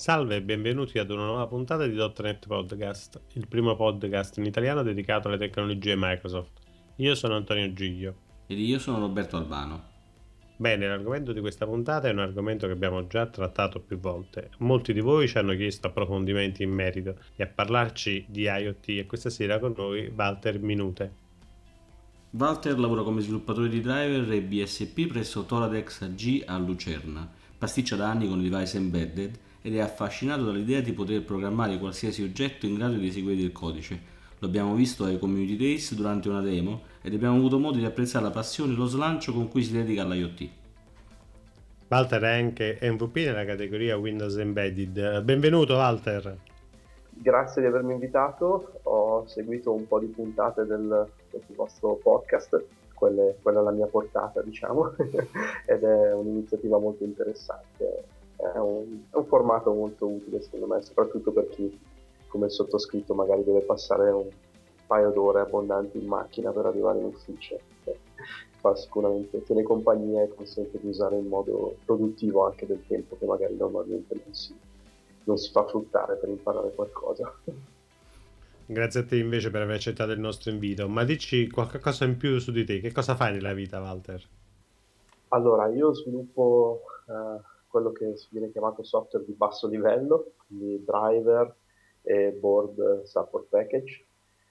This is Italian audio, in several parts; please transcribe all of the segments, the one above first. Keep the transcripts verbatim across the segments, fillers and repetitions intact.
Salve e benvenuti ad una nuova puntata di .ponto net Podcast, il primo podcast in italiano dedicato alle tecnologie Microsoft. Io sono Antonio Giglio. Ed io sono Roberto Albano. Bene, l'argomento di questa puntata è un argomento che abbiamo già trattato più volte. Molti di voi ci hanno chiesto approfondimenti in merito e a parlarci di IoT e questa sera con noi Walter Minute. Walter lavora come sviluppatore di driver e B S P presso Toradex A G a Lucerna. Pasticcia da anni con i device embedded ed è affascinato dall'idea di poter programmare qualsiasi oggetto in grado di eseguire il codice. Lo abbiamo visto ai Community Days durante una demo ed abbiamo avuto modo di apprezzare la passione e lo slancio con cui si dedica all'IoT. Walter è anche M V P nella categoria Windows Embedded. Benvenuto Walter! Grazie di avermi invitato, ho seguito un po' di puntate del, del vostro podcast, quelle, quella è la mia portata diciamo, ed è un'iniziativa molto interessante, è un, è un formato molto utile secondo me, soprattutto per chi come il sottoscritto magari deve passare un paio d'ore abbondanti in macchina per arrivare in ufficio. Fa sicuramente tiene compagnia e consente di usare in modo produttivo anche del tempo che magari normalmente non si non si fa fruttare per imparare qualcosa. Grazie a te invece per aver accettato il nostro invito, ma dici qualche cosa in più su di te, che cosa fai nella vita Walter? Allora, io sviluppo eh, quello che viene chiamato software di basso livello, quindi driver e board support package,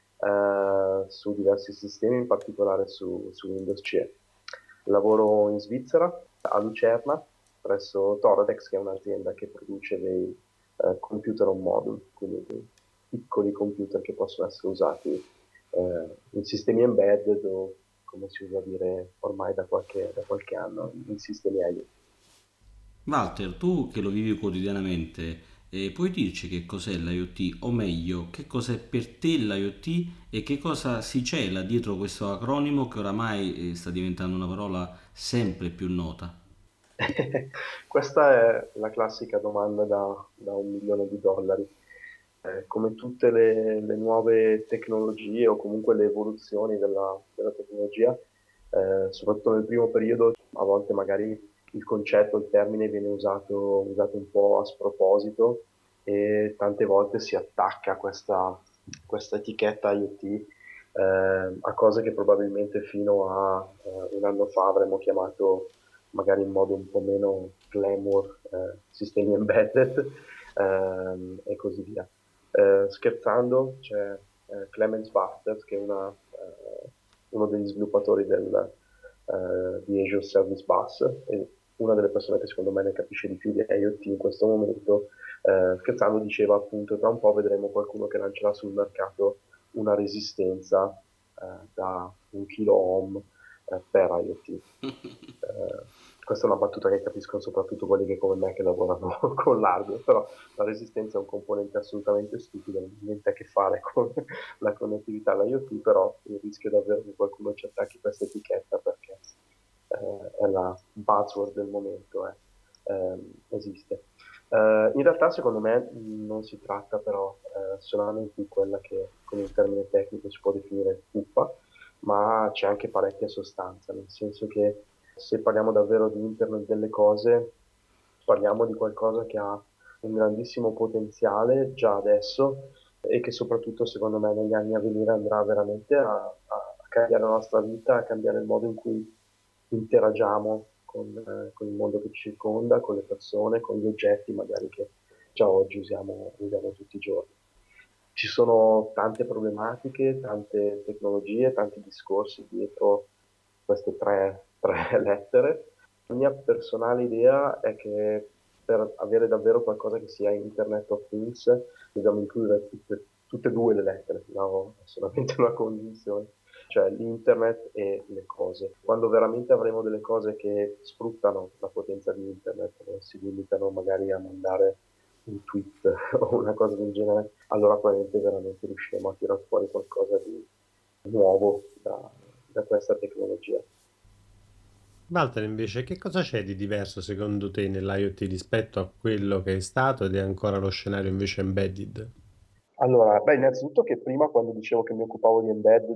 eh, su diversi sistemi, in particolare su, su Windows C E. Lavoro in Svizzera, a Lucerna, presso Toradex, che è un'azienda che produce dei eh, computer on module, quindi dei piccoli computer che possono essere usati eh, in sistemi embedded o, come si usa dire ormai da qualche, da qualche anno, in sistemi IoT. Walter, tu che lo vivi quotidianamente, eh, puoi dirci che cos'è l'IoT, o meglio, che cos'è per te l'IoT e che cosa si cela dietro questo acronimo che oramai eh, sta diventando una parola sempre più nota? Questa è la classica domanda da, da un milione di dollari. Eh, come tutte le, le nuove tecnologie o comunque le evoluzioni della, della tecnologia, eh, soprattutto nel primo periodo, a volte magari il concetto, il termine viene usato, usato un po' a sproposito e tante volte si attacca questa, questa etichetta IoT eh, a cose che probabilmente fino a eh, un anno fa avremmo chiamato magari in modo un po' meno glamour, eh, sistemi embedded ehm, e così via. Eh, scherzando, c'è eh, Clemens Busters, che è una, eh, uno degli sviluppatori del, eh, di Azure Service Bus, e una delle persone che secondo me ne capisce di più di IoT in questo momento, eh, scherzando diceva appunto tra un po' vedremo qualcuno che lancerà sul mercato una resistenza eh, da un kilo ohm eh, per IoT. Eh, questa è una battuta che capiscono soprattutto quelli che come me che lavorano con l'hardware, però la resistenza è un componente assolutamente stupido, non ha niente a che fare con la connettività all'IoT, però il rischio davvero che qualcuno ci attacchi questa etichetta perché eh, è la buzzword del momento, eh, ehm, esiste. Uh, in realtà secondo me non si tratta però uh, solamente di quella che con un termine tecnico si può definire fuffa, ma c'è anche parecchia sostanza, nel senso che se parliamo davvero di Internet delle cose, parliamo di qualcosa che ha un grandissimo potenziale già adesso e che soprattutto secondo me negli anni a venire andrà veramente a, a cambiare la nostra vita, a cambiare il modo in cui interagiamo con, eh, con il mondo che ci circonda, con le persone, con gli oggetti magari che già oggi usiamo, usiamo tutti i giorni. Ci sono tante problematiche, tante tecnologie, tanti discorsi dietro queste tre, tre lettere. La mia personale idea è che per avere davvero qualcosa che sia Internet of Things dobbiamo includere tutte, tutte e due le lettere, no? È solamente una condizione, cioè l'internet e le cose. Quando veramente avremo delle cose che sfruttano la potenza di internet, non si limitano magari a mandare un tweet o una cosa del genere, allora probabilmente veramente riusciremo a tirare fuori qualcosa di nuovo da, da questa tecnologia. Walter invece, che cosa c'è di diverso secondo te nell'IoT rispetto a quello che è stato ed è ancora lo scenario invece embedded? Allora, beh, innanzitutto che prima quando dicevo che mi occupavo di embedded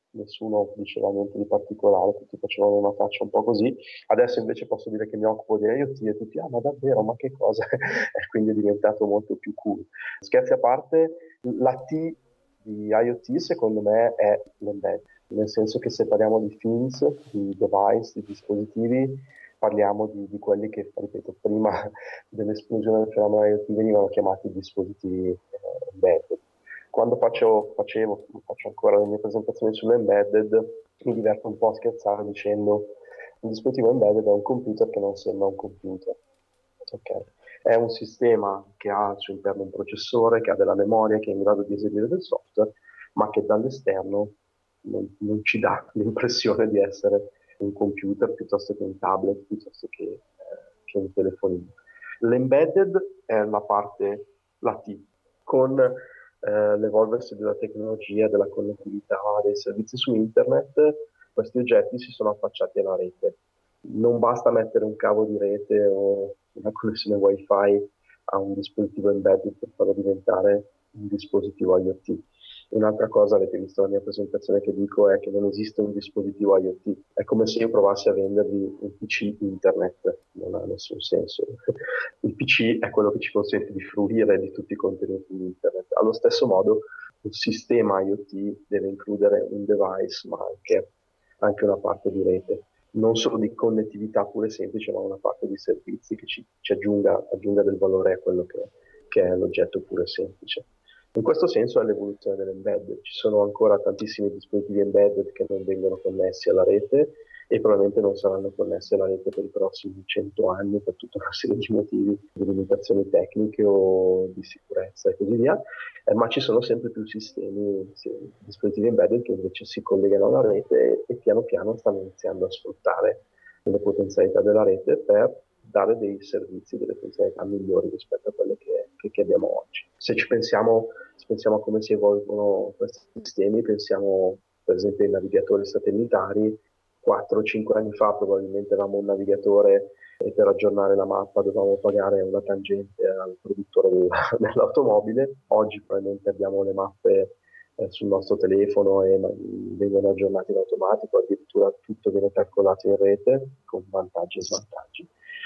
nessuno diceva niente di particolare, tutti facevano una faccia un po' così. Adesso invece posso dire che mi occupo di IoT e tutti, ah ma davvero, ma che cosa? E quindi è diventato molto più cool. Scherzi a parte, la T di IoT secondo me è l'embedded, nel senso che se parliamo di things, di device, di dispositivi, parliamo di, di quelli che, ripeto, prima dell'esplosione del fenomeno IoT venivano chiamati dispositivi eh, embedded. Quando faccio, facevo, faccio ancora le mie presentazioni sull'embedded, mi diverto un po' a scherzare dicendo un dispositivo embedded è un computer che non sembra un computer. Okay. È un sistema che ha al suo interno un processore, che ha della memoria, che è in grado di eseguire del software, ma che dall'esterno non, non ci dà l'impressione di essere un computer piuttosto che un tablet, piuttosto che, eh, che un telefonino. L'embedded è la parte, la T, con eh, l'evolversi della tecnologia, della connettività, dei servizi su internet, questi oggetti si sono affacciati alla rete. Non basta mettere un cavo di rete o una connessione wifi a un dispositivo embedded per farlo diventare un dispositivo IoT. Un'altra cosa, avete visto la mia presentazione che dico, è che non esiste un dispositivo IoT. È come se io provassi a vendervi un P C internet, non ha nessun senso. Il P C è quello che ci consente di fruire di tutti i contenuti di internet. Allo stesso modo, un sistema IoT deve includere un device, ma anche, anche una parte di rete. Non solo di connettività pure semplice, ma una parte di servizi che ci, ci aggiunga, aggiunga del valore a quello che, che è l'oggetto pure semplice. In questo senso è l'evoluzione dell'embedded. Ci sono ancora tantissimi dispositivi embedded che non vengono connessi alla rete e probabilmente non saranno connessi alla rete per i prossimi cento anni per tutta una serie di motivi, di limitazioni tecniche o di sicurezza e così via, eh, ma ci sono sempre più sistemi, sì, dispositivi embedded che invece si collegano alla rete e piano piano stanno iniziando a sfruttare le potenzialità della rete per dare dei servizi, delle funzionalità migliori rispetto a quelle che, che, che abbiamo oggi. Se ci pensiamo, se pensiamo a come si evolvono questi sistemi, pensiamo per esempio ai navigatori satellitari. quattro cinque anni fa probabilmente avevamo un navigatore e per aggiornare la mappa dovevamo pagare una tangente al produttore della, dell'automobile. Oggi probabilmente abbiamo le mappe eh, sul nostro telefono e vengono aggiornate in automatico, addirittura tutto viene calcolato in rete con vantaggi e svantaggi.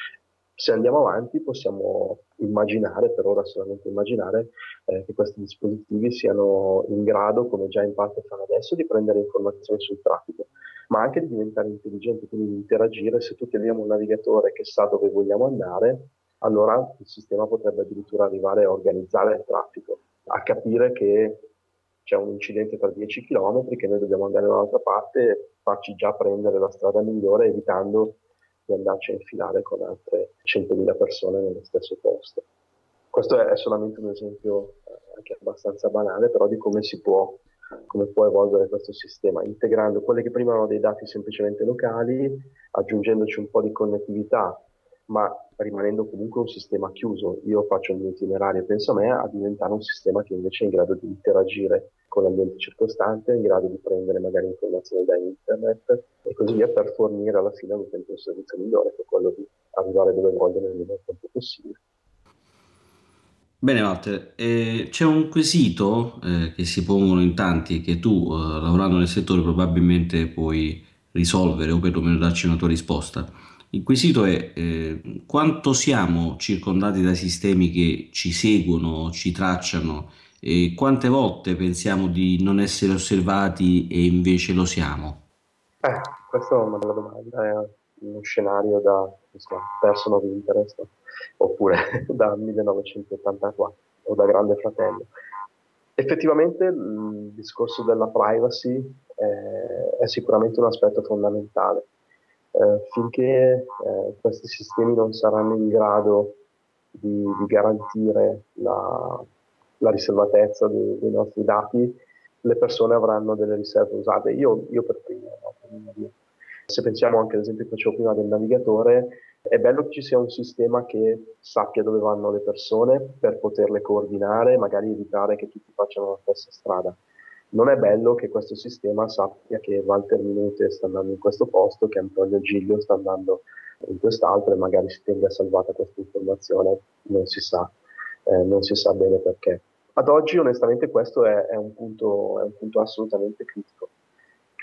Se andiamo avanti possiamo immaginare, per ora solamente immaginare, eh, che questi dispositivi siano in grado, come già in parte fanno adesso, di prendere informazioni sul traffico, ma anche di diventare intelligenti, quindi di interagire. Se tutti abbiamo un navigatore che sa dove vogliamo andare, allora il sistema potrebbe addirittura arrivare a organizzare il traffico, a capire che c'è un incidente tra dieci chilometri, che noi dobbiamo andare da un'altra parte e farci già prendere la strada migliore, evitando di andarci a infilare con altre centomila persone nello stesso posto. Questo è solamente un esempio eh, anche abbastanza banale, però di come si può, come può evolvere questo sistema, integrando quelli che prima erano dei dati semplicemente locali, aggiungendoci un po' di connettività, ma rimanendo comunque un sistema chiuso. Io faccio il mio itinerario e penso a me, a diventare un sistema che invece è in grado di interagire con l'ambiente circostante, in grado di prendere magari informazioni da internet e così via, per fornire alla fine all'utente un servizio migliore, che è quello di arrivare dove vogliono nel minor tempo possibile. Bene, Walter, eh, c'è un quesito eh, che si pongono in tanti che tu, eh, lavorando nel settore, probabilmente puoi risolvere o perlomeno darci una tua risposta. Il quesito è eh, quanto siamo circondati da sistemi che ci seguono, ci tracciano e quante volte pensiamo di non essere osservati e invece lo siamo? Eh, questa è una bella domanda, è uno scenario da insomma, person of interest oppure da millenovecentottantaquattro o da Grande Fratello. Effettivamente il discorso della privacy eh, è sicuramente un aspetto fondamentale. Eh, finché eh, questi sistemi non saranno in grado di, di garantire la, la riservatezza dei, dei nostri dati, le persone avranno delle riserve usate. Io, io per primo, no, per primo. Se pensiamo anche all'esempio che facevo prima del navigatore, è bello che ci sia un sistema che sappia dove vanno le persone per poterle coordinare e magari evitare che tutti facciano la stessa strada. Non è bello che questo sistema sappia che Walter Minute sta andando in questo posto, che Antonio Giglio sta andando in quest'altro e magari si tenga salvata questa informazione, non si sa, eh, non si sa bene perché. Ad oggi onestamente questo è, è, un punto, è un punto assolutamente critico.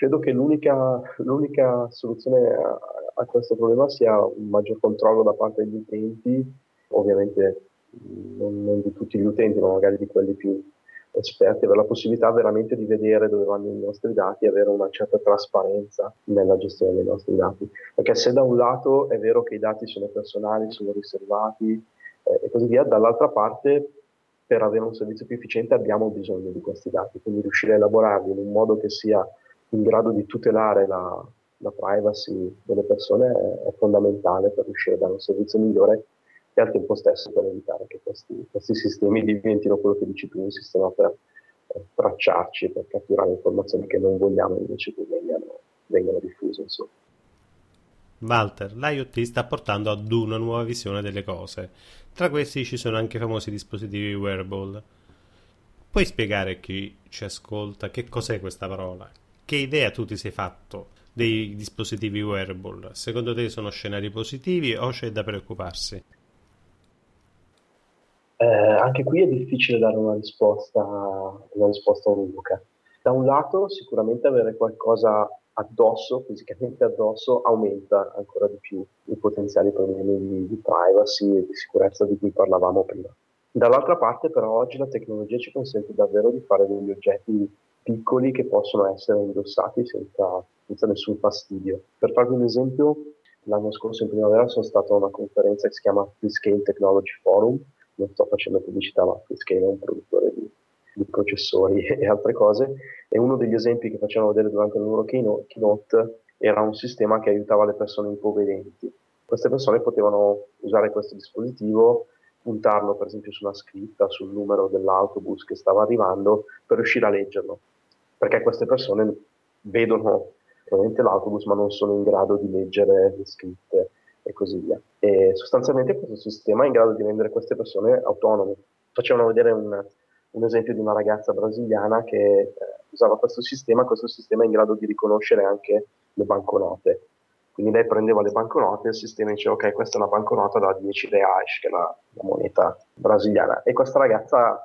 Credo che l'unica, l'unica soluzione a, a questo problema sia un maggior controllo da parte degli utenti, ovviamente mh, non, non di tutti gli utenti, ma magari di quelli più esperti, avere la possibilità veramente di vedere dove vanno i nostri dati e avere una certa trasparenza nella gestione dei nostri dati. Perché se da un lato è vero che i dati sono personali, sono riservati eh, e così via, dall'altra parte per avere un servizio più efficiente abbiamo bisogno di questi dati, quindi riuscire a elaborarli in un modo che sia in grado di tutelare la, la privacy delle persone è, è fondamentale per riuscire a dare un servizio migliore e al tempo stesso per evitare che questi, questi sistemi diventino quello che dici tu, un sistema per eh, tracciarci, per catturare informazioni che non vogliamo invece che vengano, vengano diffuse. Insomma. Walter, l'IoT sta portando ad una nuova visione delle cose. Tra questi ci sono anche i famosi dispositivi wearable. Puoi spiegare a chi ci ascolta che cos'è questa parola? Che idea tu ti sei fatto dei dispositivi wearable? Secondo te sono scenari positivi o c'è da preoccuparsi? Eh, anche qui è difficile dare una risposta, una risposta univoca. Da un lato, sicuramente avere qualcosa addosso, fisicamente addosso, aumenta ancora di più i potenziali problemi di, di privacy e di sicurezza di cui parlavamo prima. Dall'altra parte, però, oggi la tecnologia ci consente davvero di fare degli oggetti piccoli che possono essere indossati senza, senza nessun fastidio. Per farvi un esempio, l'anno scorso in primavera sono stato a una conferenza che si chiama Freescale Technology Forum. Non sto facendo pubblicità, ma Freescale è un produttore di, di processori e altre cose, e uno degli esempi che facevano vedere durante il loro keynote era un sistema che aiutava le persone impovedenti. Queste persone potevano usare questo dispositivo, puntarlo per esempio su una scritta, sul numero dell'autobus che stava arrivando, per riuscire a leggerlo, perché queste persone vedono ovviamente l'autobus ma non sono in grado di leggere le scritte e così via. E sostanzialmente questo sistema è in grado di rendere queste persone autonome. Facevano vedere un, un esempio di una ragazza brasiliana che eh, usava questo sistema, questo sistema è in grado di riconoscere anche le banconote. Quindi lei prendeva le banconote e il sistema diceva ok, questa è una banconota da dieci reais, che è la, la moneta brasiliana. E questa ragazza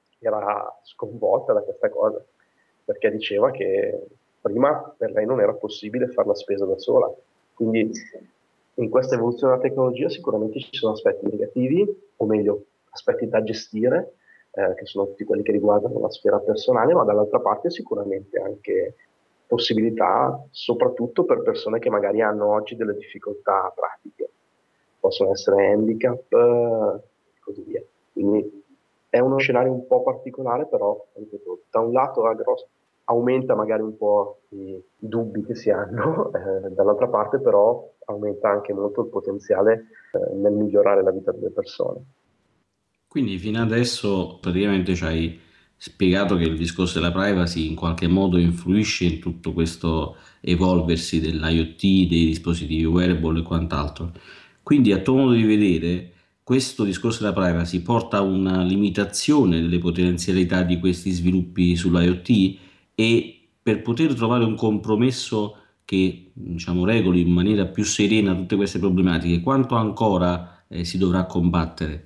era sconvolta da questa cosa, perché diceva che prima per lei non era possibile fare la spesa da sola. Quindi in questa evoluzione della tecnologia sicuramente ci sono aspetti negativi, o meglio, aspetti da gestire, eh, che sono tutti quelli che riguardano la sfera personale, ma dall'altra parte sicuramente anche possibilità, soprattutto per persone che magari hanno oggi delle difficoltà pratiche. Possono essere handicap e eh, così via. Quindi è uno scenario un po' particolare, però, ripeto, da un lato ha grosso, aumenta magari un po' i, i dubbi che si hanno, eh, dall'altra parte però aumenta anche molto il potenziale eh, nel migliorare la vita delle persone. Quindi fino adesso praticamente ci hai spiegato che il discorso della privacy in qualche modo influisce in tutto questo evolversi dell'IoT, dei dispositivi wearable e quant'altro. Quindi a tuo modo di vedere, questo discorso della privacy porta a una limitazione delle potenzialità di questi sviluppi sull'IoT e per poter trovare un compromesso che diciamo regoli in maniera più serena tutte queste problematiche, quanto ancora eh, si dovrà combattere?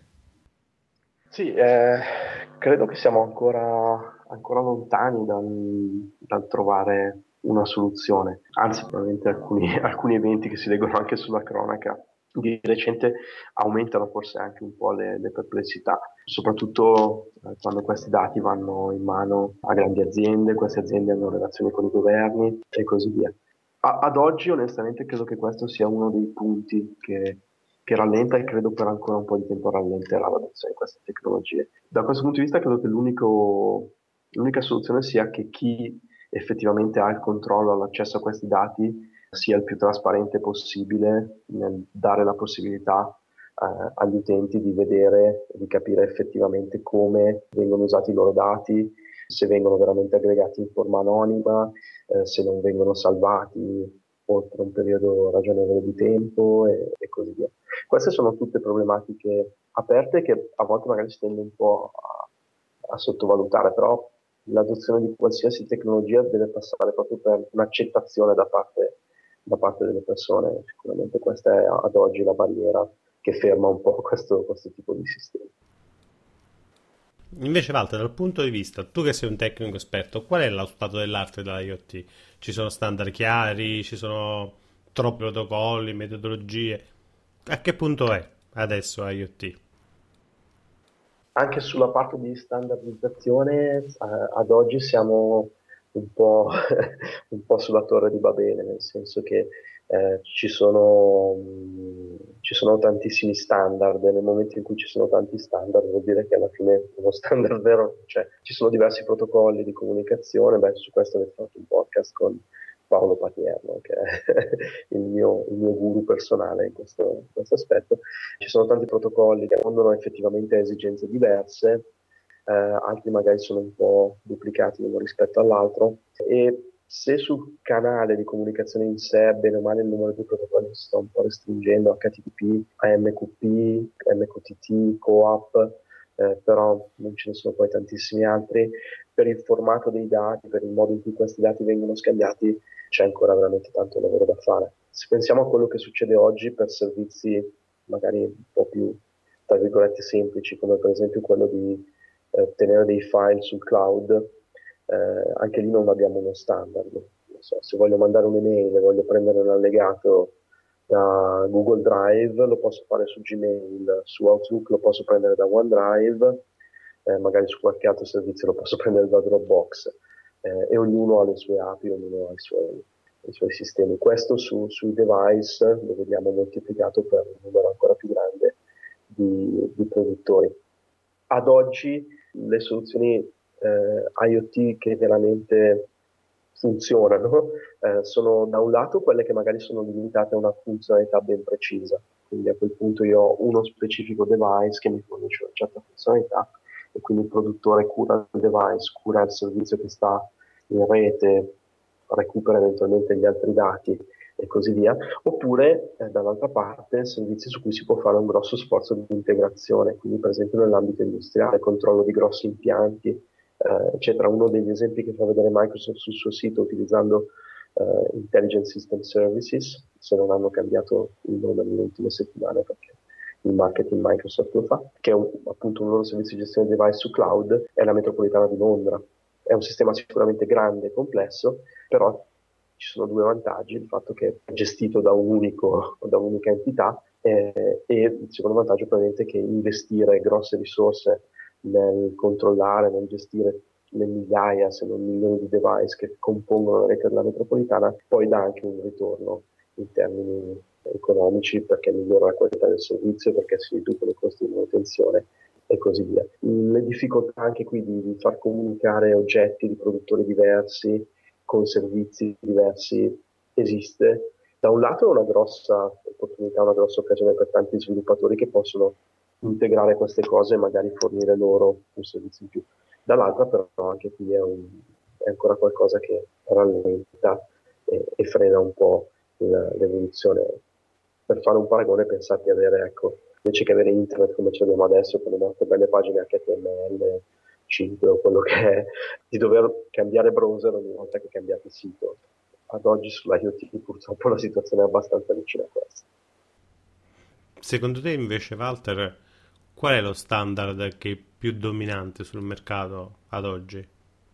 Sì, eh, credo che siamo ancora, ancora lontani dal, dal trovare una soluzione, anzi probabilmente alcuni, alcuni eventi che si leggono anche sulla cronaca di recente aumentano forse anche un po' le, le perplessità, soprattutto eh, quando questi dati vanno in mano a grandi aziende, queste aziende hanno relazioni con i governi e così via. A- ad oggi onestamente credo che questo sia uno dei punti che che rallenta e credo per ancora un po' di tempo rallenterà l'adozione di queste tecnologie. Da questo punto di vista credo che l'unico, l'unica soluzione sia che chi effettivamente ha il controllo all'accesso a questi dati sia il più trasparente possibile nel dare la possibilità eh, agli utenti di vedere e di capire effettivamente come vengono usati i loro dati, se vengono veramente aggregati in forma anonima, eh, se non vengono salvati oltre un periodo ragionevole di tempo e, e così via. Queste sono tutte problematiche aperte che a volte magari si tende un po' a, a sottovalutare, però l'adozione di qualsiasi tecnologia deve passare proprio per un'accettazione da parte, da parte delle persone. Sicuramente questa è ad oggi la barriera che ferma un po' questo, questo tipo di sistema. Invece, Walter, dal punto di vista, tu che sei un tecnico esperto, qual è lo stato dell'arte dell'IoT? Ci sono standard chiari, ci sono troppi protocolli, metodologie? A che punto è adesso IoT? Anche sulla parte di standardizzazione, eh, ad oggi siamo un po', un po' sulla torre di Babele, nel senso che eh, ci sono, mh, ci sono tantissimi standard e nel momento in cui ci sono tanti standard vuol dire che alla fine uno standard vero, cioè ci sono diversi protocolli di comunicazione. Beh, su questo avete fatto un podcast con Paolo Patierno, che è il mio, il mio guru personale in questo, in questo aspetto. Ci sono tanti protocolli che rispondono effettivamente a esigenze diverse, eh, altri magari sono un po' duplicati uno rispetto all'altro, e se sul canale di comunicazione in sé, bene o male, il numero di protocolli si sta un po' restringendo, H T T P, A M Q P, M Q T T, CoAP, eh, però non ce ne sono poi tantissimi altri. Per il formato dei dati, per il modo in cui questi dati vengono scambiati, c'è ancora veramente tanto lavoro da fare. Se pensiamo a quello che succede oggi per servizi magari un po' più, tra virgolette, semplici, come per esempio quello di eh, tenere dei file sul cloud, eh, anche lì non abbiamo uno standard. Non so, se voglio mandare un'email e voglio prendere un allegato da Google Drive, lo posso fare su Gmail, su Outlook lo posso prendere da OneDrive, eh, magari su qualche altro servizio lo posso prendere da Dropbox, eh, e ognuno ha le sue A P I, ognuno ha i suoi, i suoi sistemi. Questo su, sui device lo vediamo moltiplicato per un numero ancora più grande di, di produttori. Ad oggi le soluzioni eh, IoT che veramente funzionano eh, sono da un lato quelle che magari sono limitate a una funzionalità ben precisa, quindi a quel punto io ho uno specifico device che mi fornisce una certa funzionalità e quindi il produttore cura il device, cura il servizio che sta in rete, recupera eventualmente gli altri dati e così via, oppure eh, dall'altra parte servizi su cui si può fare un grosso sforzo di integrazione, quindi per esempio nell'ambito industriale, controllo di grossi impianti, eh, eccetera. Uno degli esempi che fa vedere Microsoft sul suo sito utilizzando eh, Intelligent System Services, se non hanno cambiato il nome nelle ultime settimane perché il marketing Microsoft lo fa, che è un, appunto un loro servizio di gestione device su cloud, è la metropolitana di Londra. È un sistema sicuramente grande e complesso, però ci sono due vantaggi: il fatto che è gestito da un unico, da un'unica entità, eh, e il secondo vantaggio probabilmente è che investire grosse risorse nel controllare, nel gestire le migliaia, se non milioni di device che compongono la rete della metropolitana, poi dà anche un ritorno in termini economici, perché migliora la qualità del servizio, perché si riducono i costi di manutenzione e così via. Le difficoltà anche qui di, di far comunicare oggetti di produttori diversi con servizi diversi esiste. Da un lato è una grossa opportunità, una grossa occasione per tanti sviluppatori che possono integrare queste cose e magari fornire loro un servizio in più. Dall'altra però anche qui è, un, è ancora qualcosa che rallenta e, e frena un po' l'evoluzione. Per fare un paragone, pensate di avere, ecco, invece che avere internet come ce l'abbiamo adesso con le nostre belle pagine H T M L cinque o quello che è, di dover cambiare browser ogni volta che cambiate sito. Ad oggi sulla IoT purtroppo la situazione è abbastanza vicina a questa. Secondo te invece, Walter, qual è lo standard che è più dominante sul mercato ad oggi?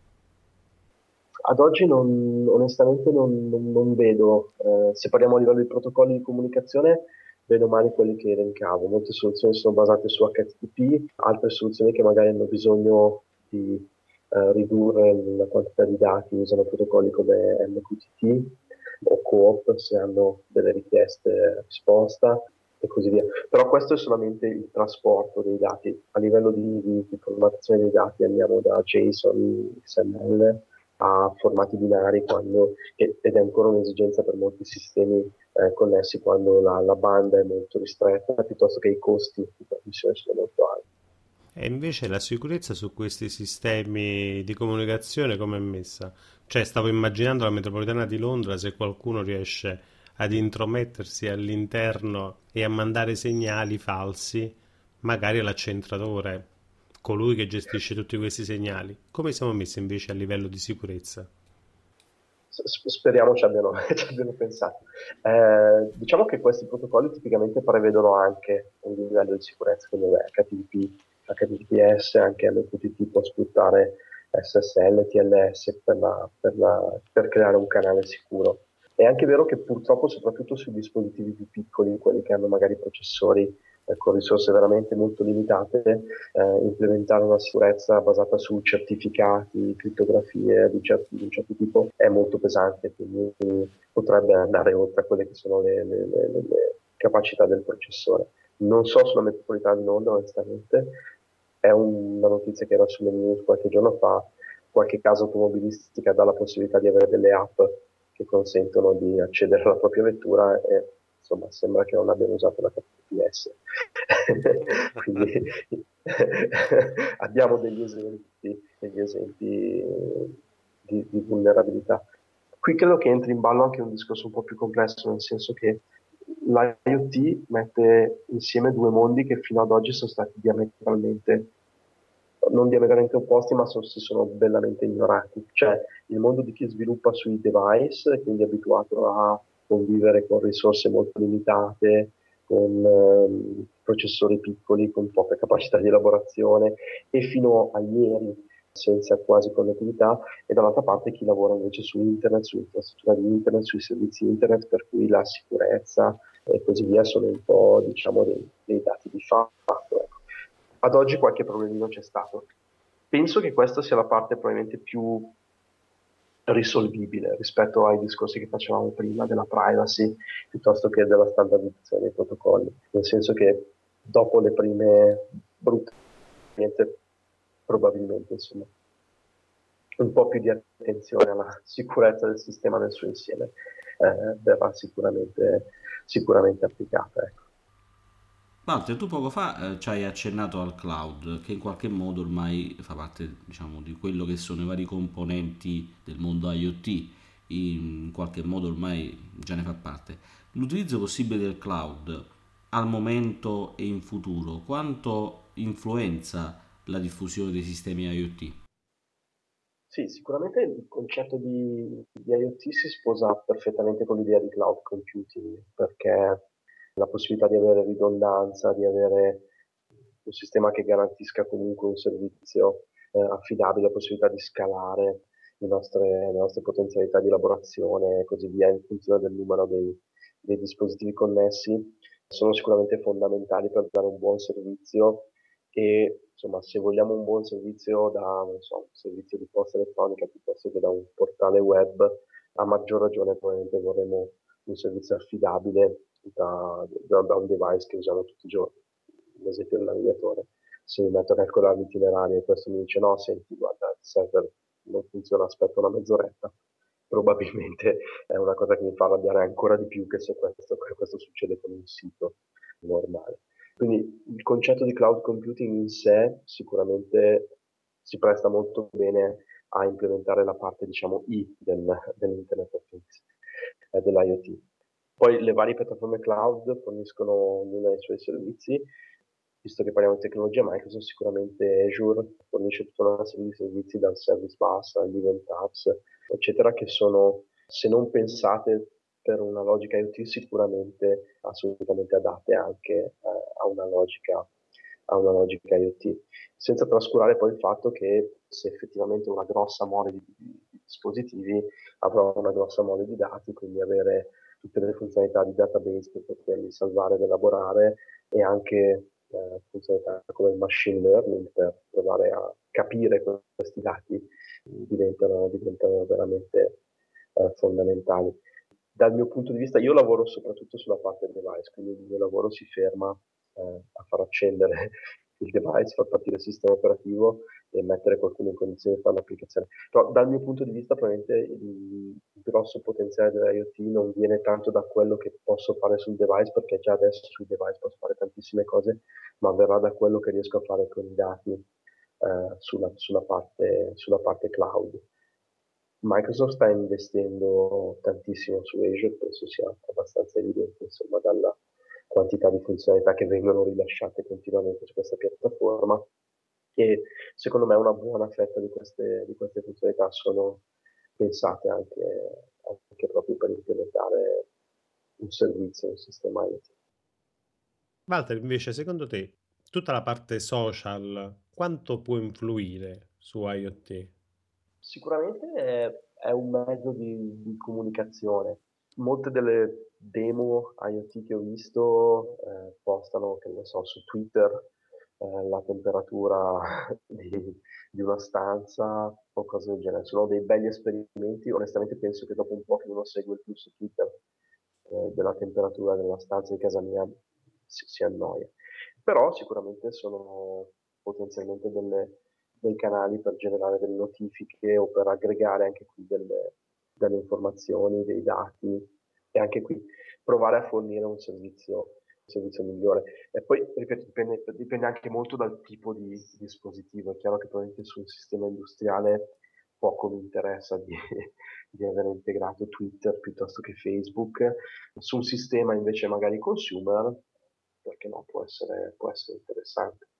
Ad oggi non, onestamente non, non- non vedo, eh, se parliamo a livello di protocolli di comunicazione, vedo male quelli che elencavo. Molte soluzioni sono basate su H T T P, altre soluzioni che magari hanno bisogno di eh, ridurre la quantità di dati usano protocolli come M Q T T o CoAP se hanno delle richieste a risposta e così via. Però questo è solamente il trasporto dei dati. A livello di, di, di formazione dei dati andiamo da JSON, X M L a formati binari quando, ed è ancora un'esigenza per molti sistemi eh, connessi quando la, la banda è molto ristretta, piuttosto che i costi di trasmissione sono molto alti. E invece la sicurezza su questi sistemi di comunicazione come è messa? Cioè, stavo immaginando la metropolitana di Londra, se qualcuno riesce ad intromettersi all'interno e a mandare segnali falsi, magari all'accentratore, colui che gestisce tutti questi segnali. Come siamo messi invece a livello di sicurezza? Speriamo ci abbiano, ci abbiano pensato. Eh, diciamo che questi protocolli tipicamente prevedono anche un livello di sicurezza, quindi H T T P H T T P S, anche M Q T T può sfruttare S S L, T L S per, la, per, la, per creare un canale sicuro. È anche vero che purtroppo, soprattutto sui dispositivi più piccoli, quelli che hanno magari processori eh, con risorse veramente molto limitate, eh, implementare una sicurezza basata su certificati, crittografie di, cer- di un certo tipo è molto pesante, quindi potrebbe andare oltre a quelle che sono le, le, le, le capacità del processore. Non so sulla metropolitana di Londra, onestamente, è una notizia che era sulle news qualche giorno fa. Qualche casa automobilistica dà la possibilità di avere delle app che consentono di accedere alla propria vettura e insomma sembra che non abbiano usato la K T P S. Quindi abbiamo degli esempi, degli esempi di, di vulnerabilità. Qui credo che entri in ballo anche un discorso un po' più complesso, nel senso che l'IoT mette insieme due mondi che fino ad oggi sono stati diametralmente, non diametralmente opposti, ma sono, si sono bellamente ignorati. Cioè il mondo di chi sviluppa sui device, quindi è abituato a convivere con risorse molto limitate, con ehm, processori piccoli, con poca capacità di elaborazione e fino a ieri senza quasi connettività, e dall'altra parte chi lavora invece su internet, sull'infrastruttura di internet, sui servizi internet, per cui la sicurezza e così via sono un po', diciamo, dei, dei dati di fatto. Ecco. Ad oggi qualche problemino c'è stato. Penso che questa sia la parte probabilmente più risolvibile rispetto ai discorsi che facevamo prima della privacy piuttosto che della standardizzazione dei protocolli, nel senso che dopo le prime brutte esperienze probabilmente insomma un po' più di attenzione alla sicurezza del sistema nel suo insieme eh, verrà sicuramente, sicuramente applicata. Ecco. Walter, tu poco fa eh, ci hai accennato al cloud, che in qualche modo ormai fa parte, diciamo, di quello che sono i vari componenti del mondo IoT, in qualche modo ormai già ne fa parte. L'utilizzo possibile del cloud al momento e in futuro, quanto influenza la diffusione dei sistemi IoT? Sì, sicuramente il concetto di, di IoT si sposa perfettamente con l'idea di cloud computing, perché la possibilità di avere ridondanza, di avere un sistema che garantisca comunque un servizio eh, affidabile, la possibilità di scalare le nostre, le nostre potenzialità di elaborazione e così via in funzione del numero dei, dei dispositivi connessi, sono sicuramente fondamentali per dare un buon servizio e insomma se vogliamo un buon servizio da non so, un servizio di posta elettronica piuttosto che da un portale web, a maggior ragione probabilmente vorremmo un servizio affidabile da, da, da un device che usiamo tutti i giorni, ad esempio il navigatore. Se mi metto a calcolare l'itinerario e questo mi dice no, senti, guarda, il server non funziona, aspetta una mezz'oretta, probabilmente è una cosa che mi fa arrabbiare ancora di più che se questo, questo succede con un sito normale. Quindi il concetto di cloud computing in sé sicuramente si presta molto bene a implementare la parte, diciamo, I del, dell'Internet of Things, eh, dell'IoT. Poi le varie piattaforme cloud forniscono ognuna i suoi servizi. Visto che parliamo di tecnologia, Microsoft sicuramente Azure fornisce tutta una serie di servizi dal Service Bus agli Event Hubs, eccetera, che sono, se non pensate per una logica IoT, sicuramente assolutamente adatte anche eh, a una logica, a una logica IoT. Senza trascurare poi il fatto che se effettivamente una grossa mole di, di, di dispositivi avrà una grossa mole di dati, quindi avere tutte le funzionalità di database per poterli salvare ed elaborare e anche eh, funzionalità come il machine learning per provare a capire questi dati diventano, diventano veramente eh, fondamentali. Dal mio punto di vista, io lavoro soprattutto sulla parte device, quindi il mio lavoro si ferma eh, a far accendere il device, far partire il sistema operativo e mettere qualcuno in condizione di fare l'applicazione. Però dal mio punto di vista probabilmente il, il grosso potenziale dell'IoT non viene tanto da quello che posso fare sul device, perché già adesso sul device posso fare tantissime cose, ma verrà da quello che riesco a fare con i dati eh, sulla, sulla, parte, sulla parte cloud. Microsoft sta investendo tantissimo su Azure, penso sia abbastanza evidente, insomma, dalla quantità di funzionalità che vengono rilasciate continuamente su questa piattaforma e secondo me una buona fetta di queste, di queste funzionalità sono pensate anche, anche proprio per implementare un servizio, un sistema IoT. Walter, invece, secondo te tutta la parte social, quanto può influire su IoT? Sicuramente è, è un mezzo di, di comunicazione. Molte delle demo IoT che ho visto eh, postano, che ne so, su Twitter eh, la temperatura di, di una stanza o cose del genere. Sono dei begli esperimenti. Onestamente penso che dopo un po' che uno segue il flusso Twitter eh, della temperatura della stanza di casa mia si, si annoia. Però sicuramente sono potenzialmente delle, dei canali per generare delle notifiche o per aggregare anche qui delle, delle informazioni, dei dati e anche qui provare a fornire un servizio, un servizio migliore. E poi, ripeto, dipende, dipende anche molto dal tipo di dispositivo. È chiaro che probabilmente su un sistema industriale poco mi interessa di, di avere integrato Twitter piuttosto che Facebook. Su un sistema invece magari consumer, perché no, può essere, può essere interessante.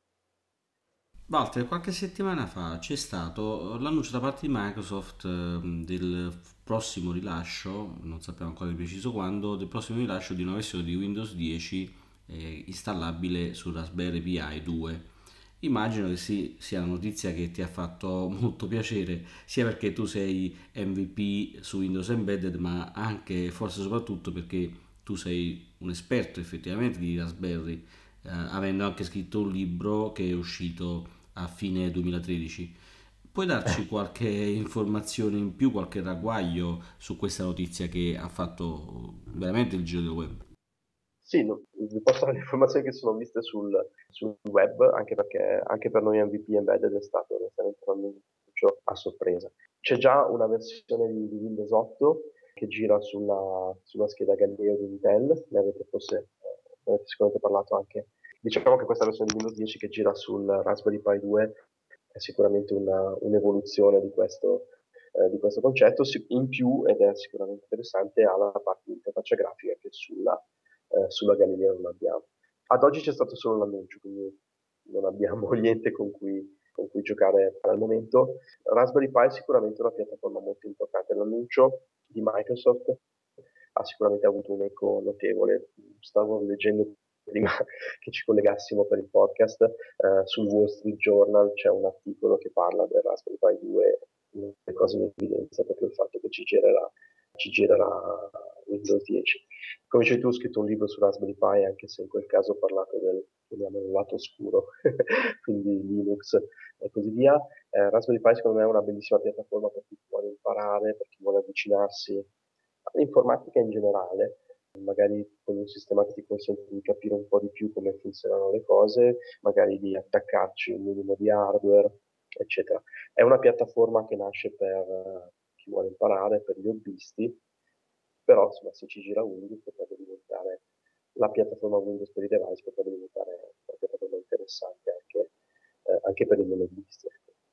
Walter, qualche settimana fa c'è stato l'annuncio da parte di Microsoft ehm, del prossimo rilascio, non sappiamo ancora di preciso quando, del prossimo rilascio di una versione di Windows dieci eh, installabile su Raspberry Pi due. Immagino che sì, sia una notizia che ti ha fatto molto piacere, sia perché tu sei M V P su Windows Embedded, ma anche forse soprattutto perché tu sei un esperto effettivamente di Raspberry, eh, avendo anche scritto un libro che è uscito a fine duemilatredici. Puoi darci qualche informazione in più, qualche ragguaglio su questa notizia che ha fatto veramente il giro del web? Sì, no, vi posso dare le informazioni che sono viste sul, sul web, anche perché anche per noi M V P Embedded è stato onestamente un annuncio a sorpresa. C'è già una versione di, di Windows otto che gira sulla, sulla scheda Galileo di Intel, ne avete forse eh, ne avete sicuramente parlato anche. Diciamo che questa versione di Windows dieci che gira sul Raspberry Pi due è sicuramente una, un'evoluzione di questo, eh, di questo concetto. In più, ed è sicuramente interessante, ha la parte di interfaccia grafica che sulla eh, sulla Galileo non abbiamo. Ad oggi c'è stato solo l'annuncio, quindi non abbiamo niente con cui, con cui giocare al momento. Raspberry Pi è sicuramente una piattaforma molto importante. L'annuncio di Microsoft ha sicuramente avuto un eco notevole. Stavo leggendo prima che ci collegassimo per il podcast, eh, sul Wall Street Journal c'è un articolo che parla del Raspberry Pi due, le cose in evidenza proprio il fatto che ci girerà, ci girerà Windows dieci. Come dicevi tu, ho scritto un libro su Raspberry Pi, anche se in quel caso ho parlato del, chiamiamolo, lato oscuro, quindi Linux e così via. Eh, Raspberry Pi secondo me è una bellissima piattaforma per chi vuole imparare, per chi vuole avvicinarsi all'informatica in generale, magari con un sistema che ti consente di capire un po' di più come funzionano le cose, magari di attaccarci un minimo di hardware, eccetera. È una piattaforma che nasce per eh, chi vuole imparare, per gli hobbisti, però insomma, se ci gira Windows potrebbe diventare la piattaforma Windows per i device, potrebbe diventare una piattaforma interessante anche, eh, anche per i non hobbisti.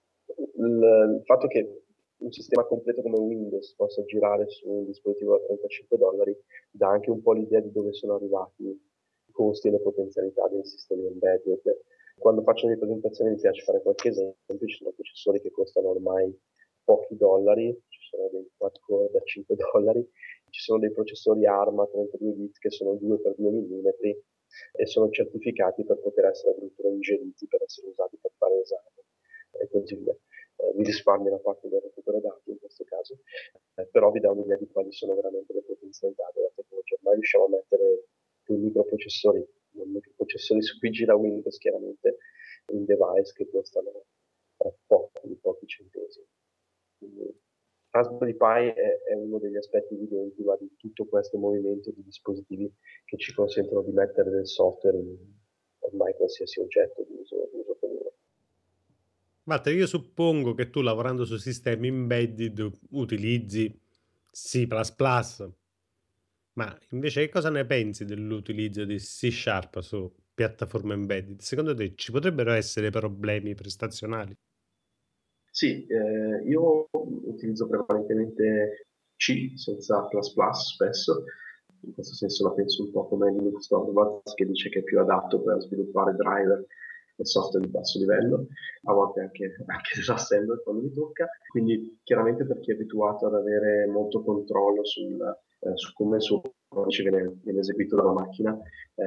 Il, il fatto che un sistema completo come Windows possa girare su un dispositivo da trentacinque dollari dà anche un po' l'idea di dove sono arrivati i costi e le potenzialità dei sistemi embedded. Quando faccio le presentazioni mi piace fare qualche esempio, ci sono processori che costano ormai pochi dollari, ci sono dei quattro core da cinque dollari, ci sono dei processori ARM a trentadue bit che sono due per due millimetri e sono certificati per poter essere addirittura ingeriti, per essere usati per fare esami e così via. Eh, vi risparmio la parte del recupero dati in questo caso, eh, però vi dà un'idea di quali sono veramente le potenzialità della tecnologia. Ormai riusciamo a mettere dei microprocessori, non microprocessori su cui gira Windows chiaramente, in device che costano eh, pochi, pochi centesimi. Quindi, Raspberry Pi è, è uno degli aspetti evidenti ma di tutto questo movimento di dispositivi che ci consentono di mettere del software in ormai qualsiasi oggetto di uso, di uso comune. Walter, io suppongo che tu lavorando su sistemi embedded utilizzi C plus plus, ma invece che cosa ne pensi dell'utilizzo di C Sharp su piattaforme embedded? Secondo te ci potrebbero essere problemi prestazionali? Sì, eh, io utilizzo prevalentemente C senza plus plus spesso, in questo senso la penso un po' come Linux Torvalds che dice che è più adatto per sviluppare driver e software di basso livello, a volte anche, anche assembler quando mi tocca, quindi chiaramente per chi è abituato ad avere molto controllo sul, eh, su come il suo codice viene, viene eseguito dalla macchina, eh,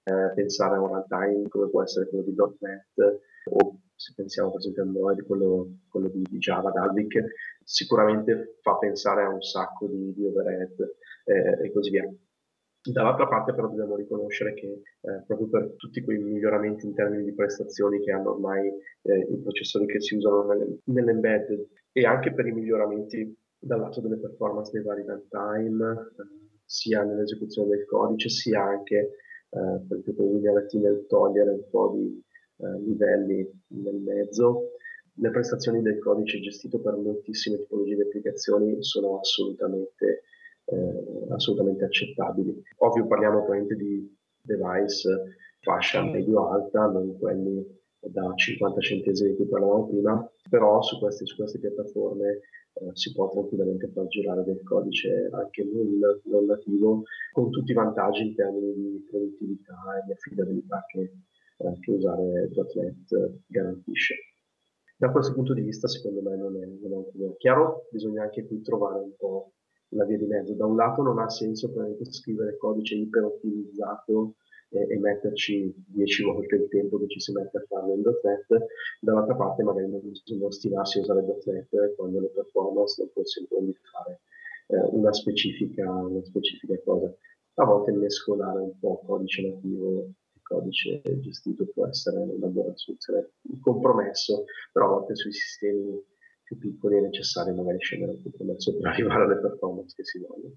eh, pensare a un runtime come può essere quello di .NET, o se pensiamo per esempio a Android, quello, quello di, di Java, Dalvik, sicuramente fa pensare a un sacco di, di overhead eh, e così via. Dall'altra parte però dobbiamo riconoscere che eh, proprio per tutti quei miglioramenti in termini di prestazioni che hanno ormai eh, i processori che si usano nelle- nell'embedded, e anche per i miglioramenti dal lato delle performance dei vari runtime, eh, sia nell'esecuzione del codice, sia anche eh, per esempio con Linearity nel togliere un po' di eh, livelli nel mezzo. Le prestazioni del codice gestito per moltissime tipologie di applicazioni sono assolutamente eh, assolutamente accettabili. Ovvio parliamo ovviamente di device fascia medio-alta, non quelli da cinquanta centesimi di cui parlavamo prima, però su queste, su queste piattaforme eh, si può tranquillamente far girare del codice anche non, non nativo, con tutti i vantaggi in termini di produttività e di affidabilità che, eh, che usare .NET garantisce. Da questo punto di vista, secondo me, non è, non è un problema. Chiaro, bisogna anche qui trovare un po' la via di mezzo. Da un lato non ha senso probabilmente scrivere codice iper ottimizzato e, e metterci dieci volte il tempo che ci si mette a farlo in .NET, dall'altra parte magari non bisogna ostinarsi a usare .NET quando le performance non consentono di fare eh, una, specifica, una specifica cosa. A volte mescolare un po' codice nativo e codice gestito può essere una buona soluzione. Un compromesso, però a volte sui sistemi più piccoli è necessario magari scendere un compromesso per arrivare alle performance che si vogliono.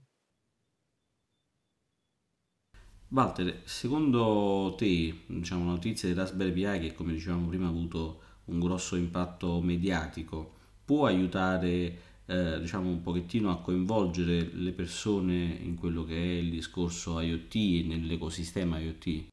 Walter, secondo te, diciamo, la notizia di Raspberry Pi, che come dicevamo prima ha avuto un grosso impatto mediatico, può aiutare, eh, diciamo, un pochettino a coinvolgere le persone in quello che è il discorso IoT e nell'ecosistema IoT?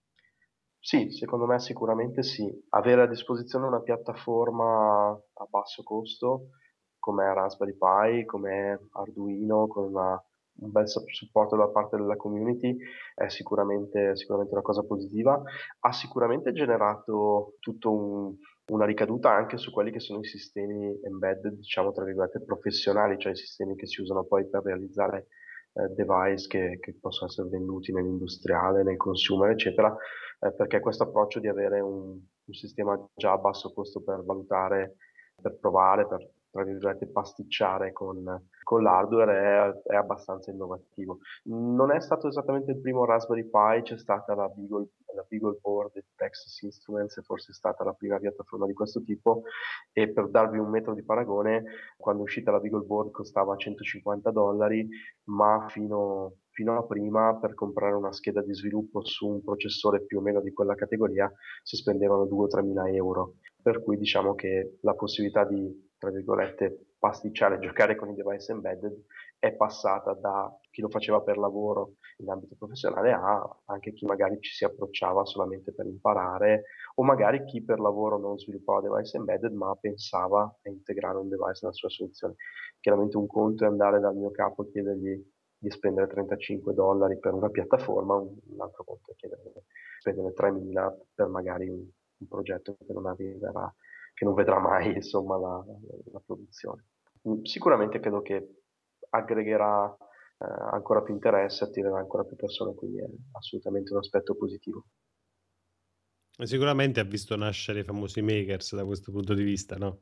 Sì, secondo me sicuramente sì. Avere a disposizione una piattaforma a basso costo come Raspberry Pi, come Arduino, con una- un bel sup- supporto da parte della community è sicuramente, sicuramente una cosa positiva. Ha sicuramente generato tutto un- una ricaduta anche su quelli che sono i sistemi embedded, diciamo tra virgolette, professionali, cioè i sistemi che si usano poi per realizzare eh, device che, che possono essere venduti nell'industriale, nel consumer, eccetera, eh, perché questo approccio di avere un, un sistema già a basso costo per valutare, per provare, per tra virgolette pasticciare con, con l'hardware è, è abbastanza innovativo. Non è stato esattamente il primo Raspberry Pi, c'è stata la Beagle, la Beagle Board di Texas Instruments, è forse stata la prima piattaforma di questo tipo, e per darvi un metro di paragone, quando è uscita la Beagle Board costava centocinquanta dollari, ma fino, fino a prima per comprare una scheda di sviluppo su un processore più o meno di quella categoria si spendevano due o tre mila euro. Per cui diciamo che la possibilità di, tra virgolette, pasticciare, giocare con i device embedded è passata da chi lo faceva per lavoro in ambito professionale a anche chi magari ci si approcciava solamente per imparare, o magari chi per lavoro non sviluppava device embedded ma pensava a integrare un device nella sua soluzione. Chiaramente un conto è andare dal mio capo e chiedergli di spendere trentacinque dollari per una piattaforma, un, un altro conto è chiedergli di spendere tremila per magari un, un progetto che non arriverà, che non vedrà mai insomma la, la produzione. Sicuramente credo che aggregherà eh, ancora più interesse, attirerà ancora più persone, quindi è assolutamente un aspetto positivo. E sicuramente ha visto nascere i famosi makers da questo punto di vista, no?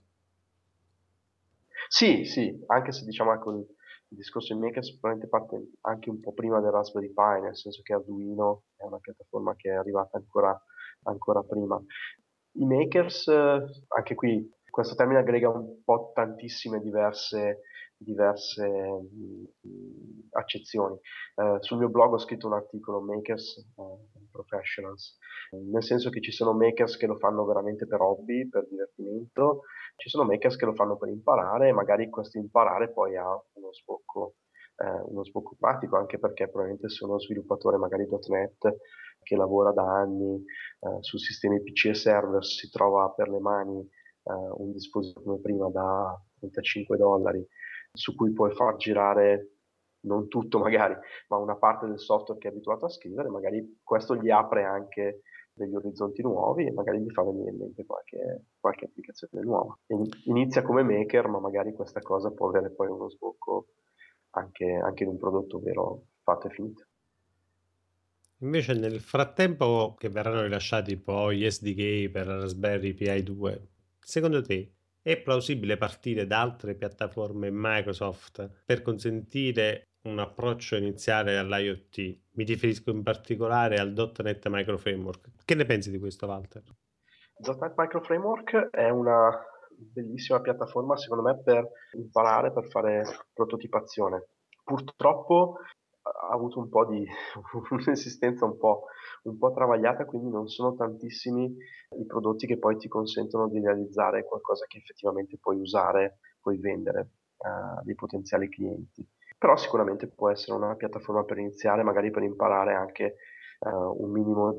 Sì, sì, anche se diciamo ecco, il, il discorso di Maker sicuramente parte anche un po' prima del Raspberry Pi, nel senso che Arduino è una piattaforma che è arrivata ancora, ancora prima. I makers, eh, anche qui, questo termine aggrega un po' tantissime diverse, diverse mh, accezioni. Eh, sul mio blog ho scritto un articolo, Makers eh, Professionals, nel senso che ci sono makers che lo fanno veramente per hobby, per divertimento, ci sono makers che lo fanno per imparare e magari questo imparare poi ha uno sbocco, eh, uno sbocco pratico, anche perché probabilmente se uno sviluppatore magari .NET che lavora da anni eh, su sistemi P C e server si trova per le mani eh, un dispositivo come prima da trentacinque dollari su cui puoi far girare non tutto magari, ma una parte del software che è abituato a scrivere, magari questo gli apre anche degli orizzonti nuovi e magari gli fa venire in mente qualche, qualche applicazione nuova. Inizia come maker, ma magari questa cosa può avere poi uno sbocco anche, anche in un prodotto vero fatto e finito. Invece nel frattempo che verranno rilasciati poi gli S D K per Raspberry Pi due, secondo te è plausibile partire da altre piattaforme Microsoft per consentire un approccio iniziale all'IoT? Mi riferisco in particolare al .ponte net Micro Framework. Che ne pensi di questo, Walter? .ponte net Micro Framework è una bellissima piattaforma secondo me per imparare, per fare prototipazione. Purtroppo ha avuto un po' di un'esistenza un po', un po' travagliata, quindi non sono tantissimi i prodotti che poi ti consentono di realizzare qualcosa che effettivamente puoi usare, puoi vendere a dei potenziali clienti. Però sicuramente può essere una piattaforma per iniziare, magari per imparare anche uh, un minimo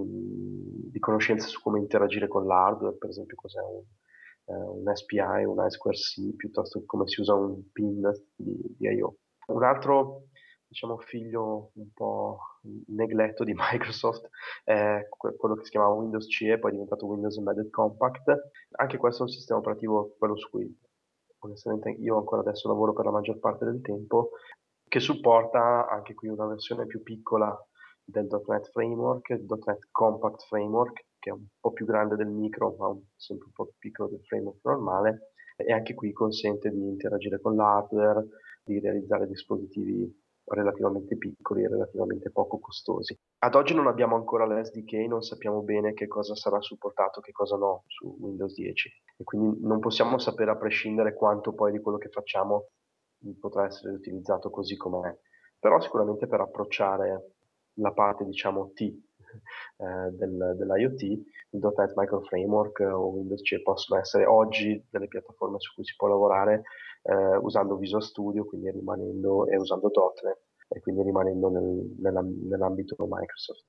di, di conoscenze su come interagire con l'hardware, per esempio cos'è un, uh, un S P I, un I square C, piuttosto che come si usa un pin di, di I O. Un altro, diciamo, figlio un po' negletto di Microsoft è quello che si chiamava Windows C E, poi è diventato Windows Embedded Compact. Anche questo è un sistema operativo, quello su cui onestamente io ancora adesso lavoro per la maggior parte del tempo, che supporta anche qui una versione più piccola del .ponte net Framework, il .ponte net Compact Framework, che è un po' più grande del micro, ma sempre un po' più piccolo del framework normale, e anche qui consente di interagire con l'hardware, di realizzare dispositivi relativamente piccoli e relativamente poco costosi. Ad oggi non abbiamo ancora l'S D K, non sappiamo bene che cosa sarà supportato, che cosa no su Windows dieci e quindi non possiamo sapere a prescindere quanto poi di quello che facciamo potrà essere utilizzato così com'è, però sicuramente per approcciare la parte diciamo T eh, del, dell'IoT, il .ponte net Micro Framework o Windows C E possono essere oggi delle piattaforme su cui si può lavorare eh, usando Visual Studio, quindi rimanendo e usando .ponte net e quindi rimanendo nel, nell'ambito Microsoft.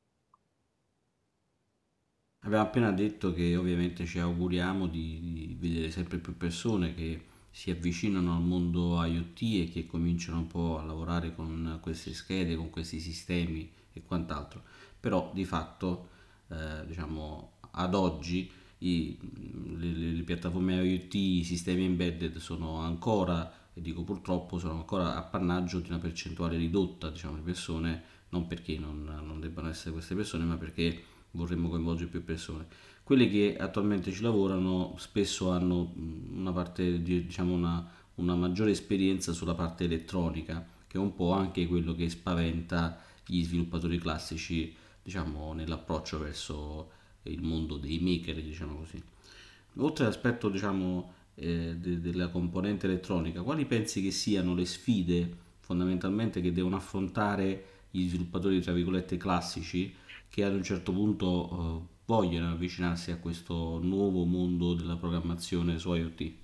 Abbiamo appena detto che ovviamente ci auguriamo di, di vedere sempre più persone che si avvicinano al mondo IoT e che cominciano un po' a lavorare con queste schede, con questi sistemi e quant'altro. Però di fatto, eh, diciamo, ad oggi i- le, le- le piattaforme IoT, i sistemi embedded sono ancora, e dico purtroppo, sono ancora appannaggio di una percentuale ridotta, diciamo, di persone, non perché non, non debbano essere queste persone, ma perché vorremmo coinvolgere più persone. Quelli che attualmente ci lavorano spesso hanno mh, una parte di, diciamo una, una maggiore esperienza sulla parte elettronica, che è un po' anche quello che spaventa gli sviluppatori classici, diciamo, nell'approccio verso il mondo dei maker, diciamo così. Oltre all'aspetto, diciamo, eh, de- della componente elettronica, quali pensi che siano le sfide fondamentalmente che devono affrontare gli sviluppatori, tra virgolette, classici che ad un certo punto eh, vogliono avvicinarsi a questo nuovo mondo della programmazione su IoT?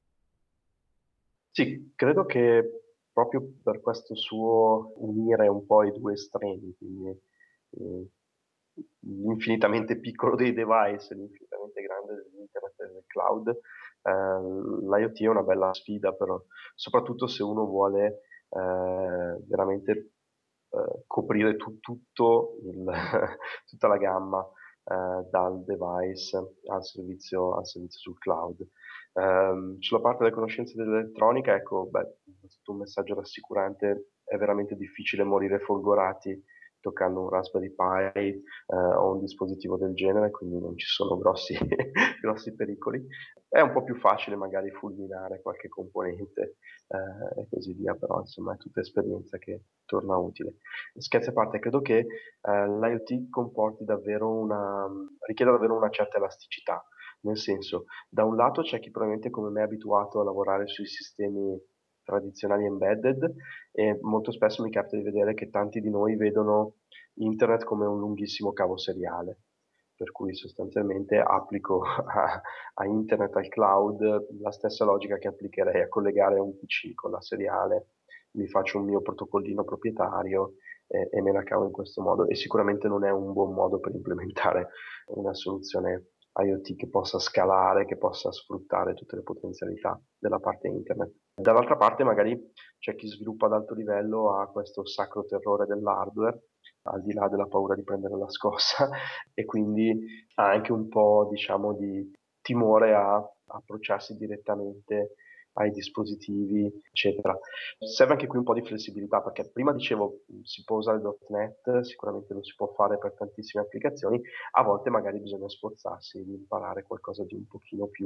Sì, credo che proprio per questo suo unire un po' i due estremi, quindi eh, l'infinitamente piccolo dei device e l'infinitamente grande dell'internet e del cloud, eh, l'IoT è una bella sfida, però, soprattutto se uno vuole eh, veramente eh, coprire tu- tutto il- tutta la gamma eh, dal device al servizio, al servizio sul cloud. Ehm, sulla parte delle conoscenze dell'elettronica, ecco, beh, innanzitutto un messaggio rassicurante: è veramente difficile morire folgorati toccando un Raspberry Pi eh, o un dispositivo del genere, quindi non ci sono grossi, grossi pericoli. È un po' più facile magari fulminare qualche componente eh, e così via, però insomma è tutta esperienza che torna utile. Scherzi a parte, credo che eh, l'IoT comporti davvero una, richieda davvero una certa elasticità, nel senso, da un lato c'è chi probabilmente come me è abituato a lavorare sui sistemi tradizionali embedded e molto spesso mi capita di vedere che tanti di noi vedono internet come un lunghissimo cavo seriale, per cui sostanzialmente applico a, a internet, al cloud, la stessa logica che applicherei a collegare un P C con la seriale, mi faccio un mio protocollino proprietario e, e me la cavo in questo modo e sicuramente non è un buon modo per implementare una soluzione IoT che possa scalare, che possa sfruttare tutte le potenzialità della parte internet. Dall'altra parte magari c'è chi sviluppa ad alto livello ha questo sacro terrore dell'hardware, al di là della paura di prendere la scossa, e quindi ha anche un po', diciamo, di timore a approcciarsi direttamente ai dispositivi, eccetera. Serve anche qui un po' di flessibilità, perché prima dicevo si può usare .punto net, sicuramente lo si può fare per tantissime applicazioni, a volte magari bisogna sforzarsi di imparare qualcosa di un pochino più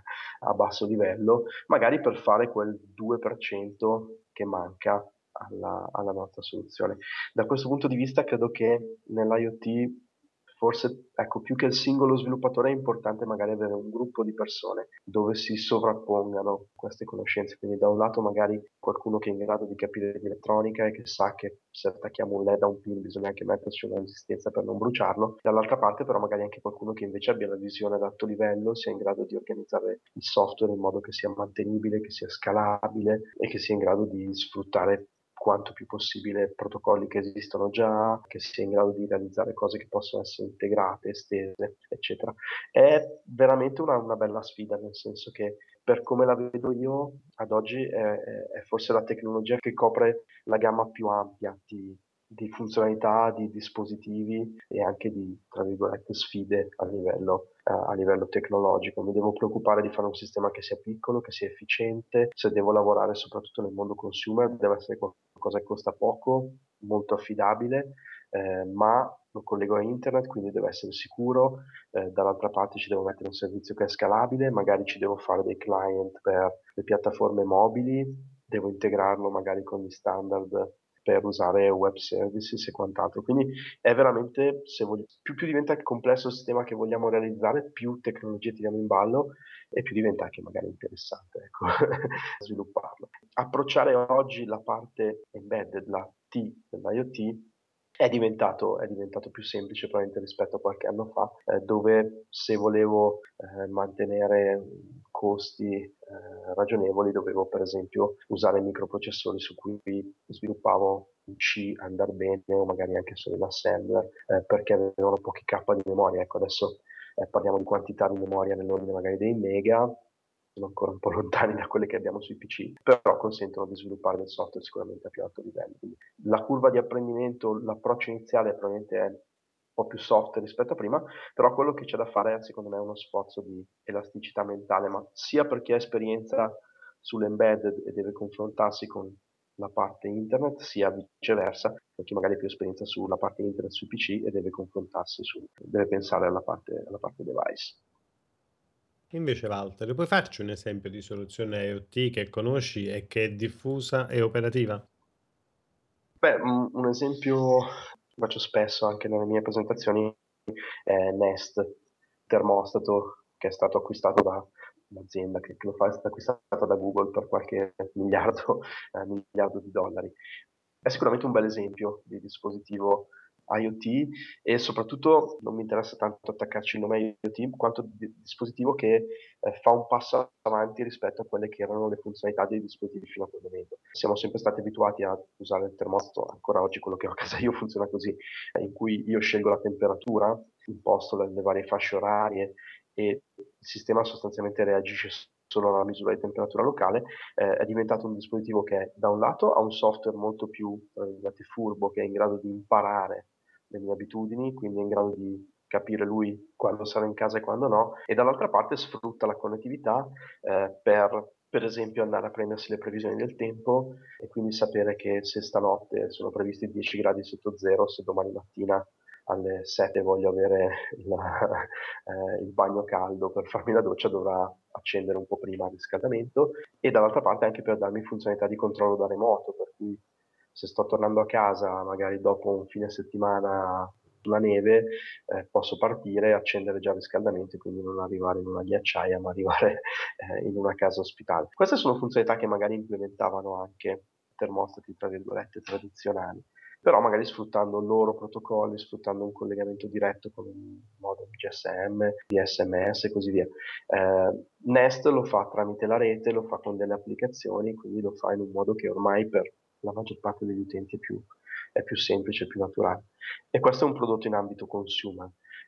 a basso livello, magari per fare quel due per cento che manca alla, alla nostra soluzione. Da questo punto di vista credo che nell'IoT forse, ecco, più che il singolo sviluppatore è importante magari avere un gruppo di persone dove si sovrappongano queste conoscenze. Quindi da un lato magari qualcuno che è in grado di capire di elettronica e che sa che se attacchiamo un L E D a un pin bisogna anche metterci una resistenza per non bruciarlo. Dall'altra parte però magari anche qualcuno che invece abbia la visione ad alto livello, sia in grado di organizzare il software in modo che sia mantenibile, che sia scalabile e che sia in grado di sfruttare quanto più possibile protocolli che esistono già, che sia in grado di realizzare cose che possono essere integrate, estese, eccetera. È veramente una, una bella sfida, nel senso che per come la vedo io, ad oggi è, è forse la tecnologia che copre la gamma più ampia di, di funzionalità, di dispositivi e anche di, tra virgolette, sfide a livello, uh, a livello tecnologico. Mi devo preoccupare di fare un sistema che sia piccolo, che sia efficiente. Se devo lavorare soprattutto nel mondo consumer, deve essere qualcosa che costa poco, molto affidabile, eh, ma lo collego a internet, quindi deve essere sicuro. Eh, dall'altra parte ci devo mettere un servizio che è scalabile, magari ci devo fare dei client per le piattaforme mobili, devo integrarlo magari con gli standard per usare web services e quant'altro. Quindi è veramente, se voglio, più, più diventa complesso il sistema che vogliamo realizzare, più tecnologie tiriamo in ballo e più diventa anche magari interessante, ecco, svilupparlo. Approcciare oggi la parte embedded, la T dell'IoT, è diventato, è diventato più semplice probabilmente rispetto a qualche anno fa, eh, dove se volevo eh, mantenere costi eh, ragionevoli dovevo per esempio usare microprocessori su cui sviluppavo un C andare bene o magari anche solo in assembler eh, perché avevano pochi K di memoria. Ecco, adesso eh, parliamo di quantità di memoria nell'ordine magari dei mega, sono ancora un po' lontani da quelle che abbiamo sui P C, però consentono di sviluppare del software sicuramente a più alto livello. Quindi la curva di apprendimento, l'approccio iniziale probabilmente è un po' più soft rispetto a prima, però quello che c'è da fare secondo me è uno sforzo di elasticità mentale, ma sia per chi ha esperienza sull'embedded e deve confrontarsi con la parte internet, sia viceversa per chi magari ha più esperienza sulla parte internet sui P C e deve confrontarsi su, deve pensare alla parte, alla parte device. Invece, Walter, puoi farci un esempio di soluzione IoT che conosci e che è diffusa e operativa? Beh, un, un esempio che faccio spesso anche nelle mie presentazioni è Nest, termostato che è stato acquistato da un'azienda che, che lo fa, è stata acquistata da Google per qualche miliardo, eh, miliardo di dollari. È sicuramente un bel esempio di dispositivo IoT e soprattutto non mi interessa tanto attaccarci il nome IoT quanto di dispositivo che eh, fa un passo avanti rispetto a quelle che erano le funzionalità dei dispositivi fino a quel momento. Siamo sempre stati abituati a usare il termostato, ancora oggi quello che ho a casa io funziona così, eh, in cui io scelgo la temperatura, imposto le, le varie fasce orarie e il sistema sostanzialmente reagisce solo alla misura di temperatura locale, eh, è diventato un dispositivo che da un lato ha un software molto più eh, furbo, che è in grado di imparare le mie abitudini, quindi è in grado di capire lui quando sarà in casa e quando no, e dall'altra parte sfrutta la connettività eh, per per esempio andare a prendersi le previsioni del tempo e quindi sapere che se stanotte sono previsti dieci gradi sotto zero, se domani mattina alle sette voglio avere la, eh, il bagno caldo per farmi la doccia, dovrà accendere un po' prima il riscaldamento e dall'altra parte anche per darmi funzionalità di controllo da remoto, per cui se sto tornando a casa magari dopo un fine settimana sulla neve, eh, posso partire, accendere già il riscaldamento e quindi non arrivare in una ghiacciaia ma arrivare eh, in una casa ospitale. Queste sono funzionalità che magari implementavano anche termostati tra virgolette tradizionali, però magari sfruttando loro protocolli, sfruttando un collegamento diretto con un modem G S M, di S M S e così via. Eh, Nest lo fa tramite la rete, lo fa con delle applicazioni, quindi lo fa in un modo che ormai per la maggior parte degli utenti è più, è più semplice, più naturale. E questo è un prodotto in ambito consumer.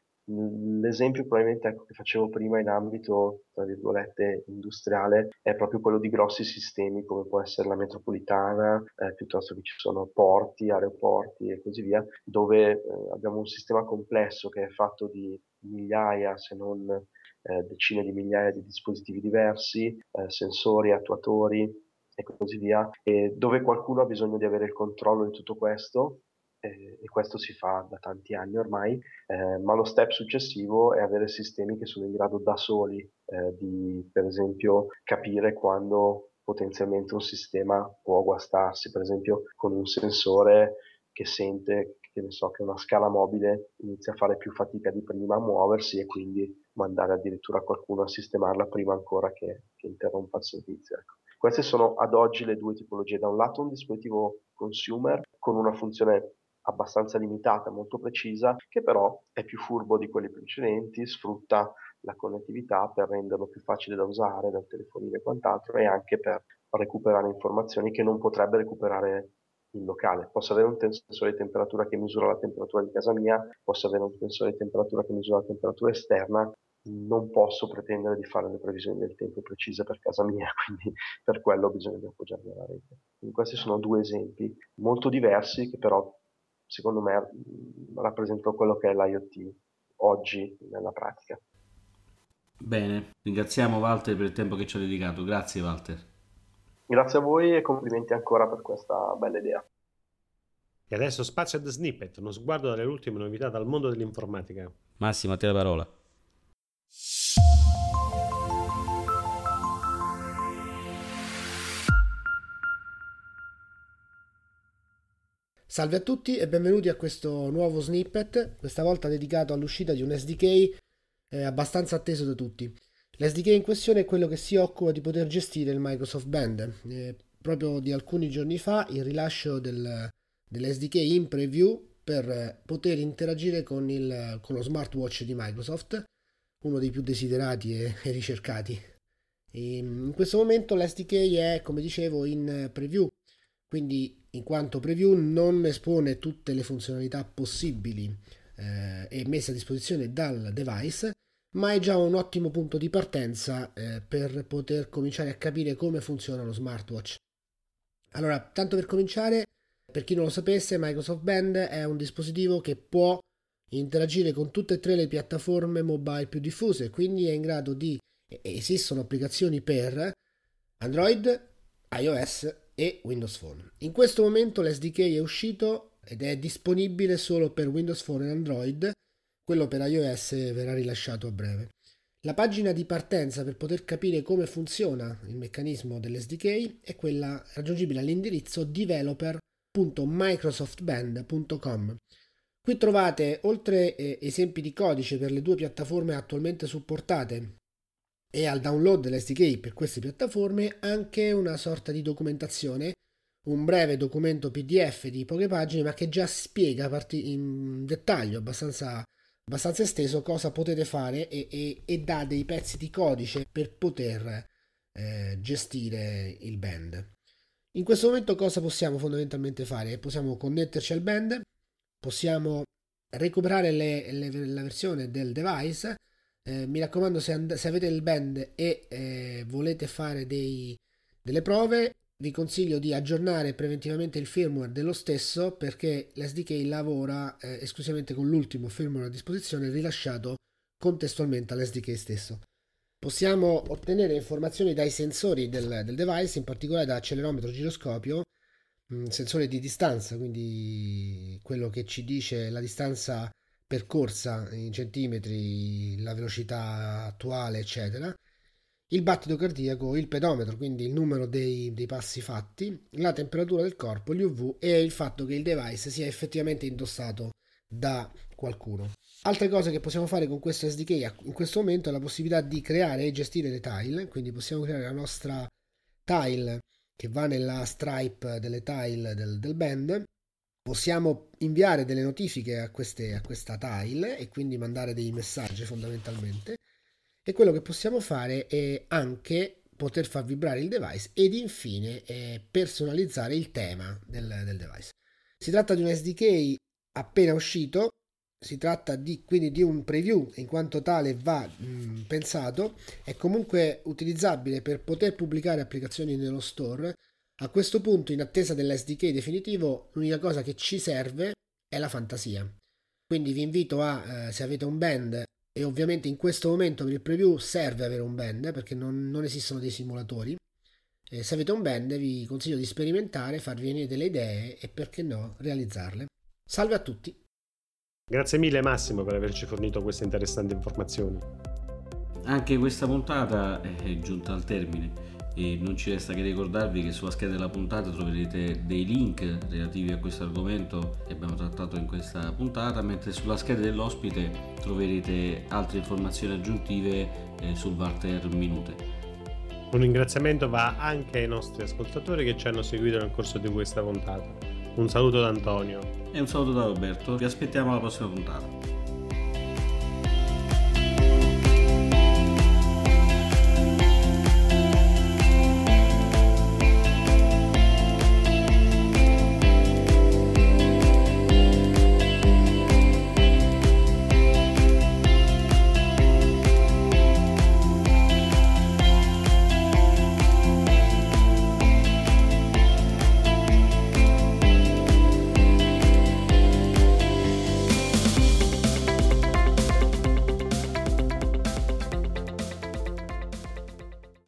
L'esempio probabilmente ecco, che facevo prima in ambito, tra virgolette, industriale è proprio quello di grossi sistemi come può essere la metropolitana, eh, piuttosto che ci sono porti, aeroporti e così via, dove eh, abbiamo un sistema complesso che è fatto di migliaia, se non eh, decine di migliaia di dispositivi diversi, eh, sensori, attuatori e così via, e dove qualcuno ha bisogno di avere il controllo di tutto questo, eh, e questo si fa da tanti anni ormai, eh, ma lo step successivo è avere sistemi che sono in grado da soli eh, di, per esempio, capire quando potenzialmente un sistema può guastarsi, per esempio con un sensore che sente che, ne so, che una scala mobile inizia a fare più fatica di prima a muoversi e quindi mandare addirittura qualcuno a sistemarla prima ancora che, che interrompa il servizio. Ecco. Queste sono ad oggi le due tipologie. Da un lato un dispositivo consumer con una funzione abbastanza limitata, molto precisa, che però è più furbo di quelli precedenti, sfrutta la connettività per renderlo più facile da usare dal telefonino e quant'altro, e anche per recuperare informazioni che non potrebbe recuperare in locale. Posso avere un sensore di temperatura che misura la temperatura di casa mia, posso avere un sensore di temperatura che misura la temperatura esterna, non posso pretendere di fare le previsioni del tempo precise per casa mia, quindi per quello bisogna appoggiarmi alla rete. Quindi questi sono due esempi molto diversi che però secondo me mh, rappresentano quello che è l'IoT oggi nella pratica. Bene, ringraziamo Walter per il tempo che ci ha dedicato. Grazie Walter. Grazie a voi e complimenti ancora per questa bella idea. E adesso spazio ad Snippet, uno sguardo dalle ultime novità dal mondo dell'informatica. Massimo, a te la parola. Salve a tutti e benvenuti a questo nuovo snippet, questa volta dedicato all'uscita di un S D K eh, abbastanza atteso da tutti. L'S D K in questione è quello che si occupa di poter gestire il Microsoft Band. Eh, proprio di alcuni giorni fa il rilascio del, dell'S D K in preview per poter interagire con, il, con lo smartwatch di Microsoft, uno dei più desiderati e, e ricercati. E in questo momento l'S D K è, come dicevo, in preview, quindi in quanto preview non espone tutte le funzionalità possibili eh, e messe a disposizione dal device, ma è già un ottimo punto di partenza eh, per poter cominciare a capire come funziona lo smartwatch. Allora, tanto per cominciare, per chi non lo sapesse, Microsoft Band è un dispositivo che può interagire con tutte e tre le piattaforme mobile più diffuse, quindi è in grado di... esistono applicazioni per Android, iOS e Windows Phone. In questo momento l'S D K è uscito ed è disponibile solo per Windows Phone e Android, quello per iOS verrà rilasciato a breve. La pagina di partenza per poter capire come funziona il meccanismo dell'S D K è quella raggiungibile all'indirizzo developer punto microsoftband punto com. Qui trovate, oltre eh, esempi di codice per le due piattaforme attualmente supportate e al download dell'S D K per queste piattaforme, anche una sorta di documentazione, un breve documento P D F di poche pagine, ma che già spiega in dettaglio abbastanza, abbastanza esteso cosa potete fare e, e, e dà dei pezzi di codice per poter eh, gestire il band. In questo momento cosa possiamo fondamentalmente fare? Possiamo connetterci al band, possiamo recuperare le, le, la versione del device. Eh, mi raccomando, se, and- se avete il band e eh, volete fare dei, delle prove, vi consiglio di aggiornare preventivamente il firmware dello stesso, perché l'S D K lavora eh, esclusivamente con l'ultimo firmware a disposizione rilasciato contestualmente all'S D K stesso. Possiamo ottenere informazioni dai sensori del, del device, in particolare da accelerometro giroscopio, mh, sensore di distanza, quindi quello che ci dice la distanza percorsa in centimetri, la velocità attuale, eccetera, il battito cardiaco, il pedometro, quindi il numero dei, dei passi fatti, la temperatura del corpo, gli U V e il fatto che il device sia effettivamente indossato da qualcuno. Altre cose che possiamo fare con questo S D K in questo momento è la possibilità di creare e gestire le tile, quindi possiamo creare la nostra tile che va nella stripe delle tile del, del band. Possiamo inviare delle notifiche a, queste, a questa tile e quindi mandare dei messaggi fondamentalmente, e quello che possiamo fare è anche poter far vibrare il device ed infine eh, personalizzare il tema del, del device. Si tratta di un S D K appena uscito, si tratta di, quindi di un preview, in quanto tale va mh, pensato, è comunque utilizzabile per poter pubblicare applicazioni nello store. A questo punto, in attesa dell'S D K definitivo, l'unica cosa che ci serve è la fantasia. Quindi vi invito a, eh, se avete un band, e ovviamente in questo momento per il preview serve avere un band perché non, non esistono dei simulatori. E se avete un band vi consiglio di sperimentare, farvi venire delle idee e perché no realizzarle. Salve a tutti! Grazie mille Massimo per averci fornito queste interessanti informazioni. Anche questa puntata è giunta al termine e non ci resta che ricordarvi che sulla scheda della puntata troverete dei link relativi a questo argomento che abbiamo trattato in questa puntata, mentre sulla scheda dell'ospite troverete altre informazioni aggiuntive eh, sul Walter Minute. Un ringraziamento va anche ai nostri ascoltatori che ci hanno seguito nel corso di questa puntata. Un saluto da Antonio E un saluto da Roberto, vi aspettiamo alla prossima puntata.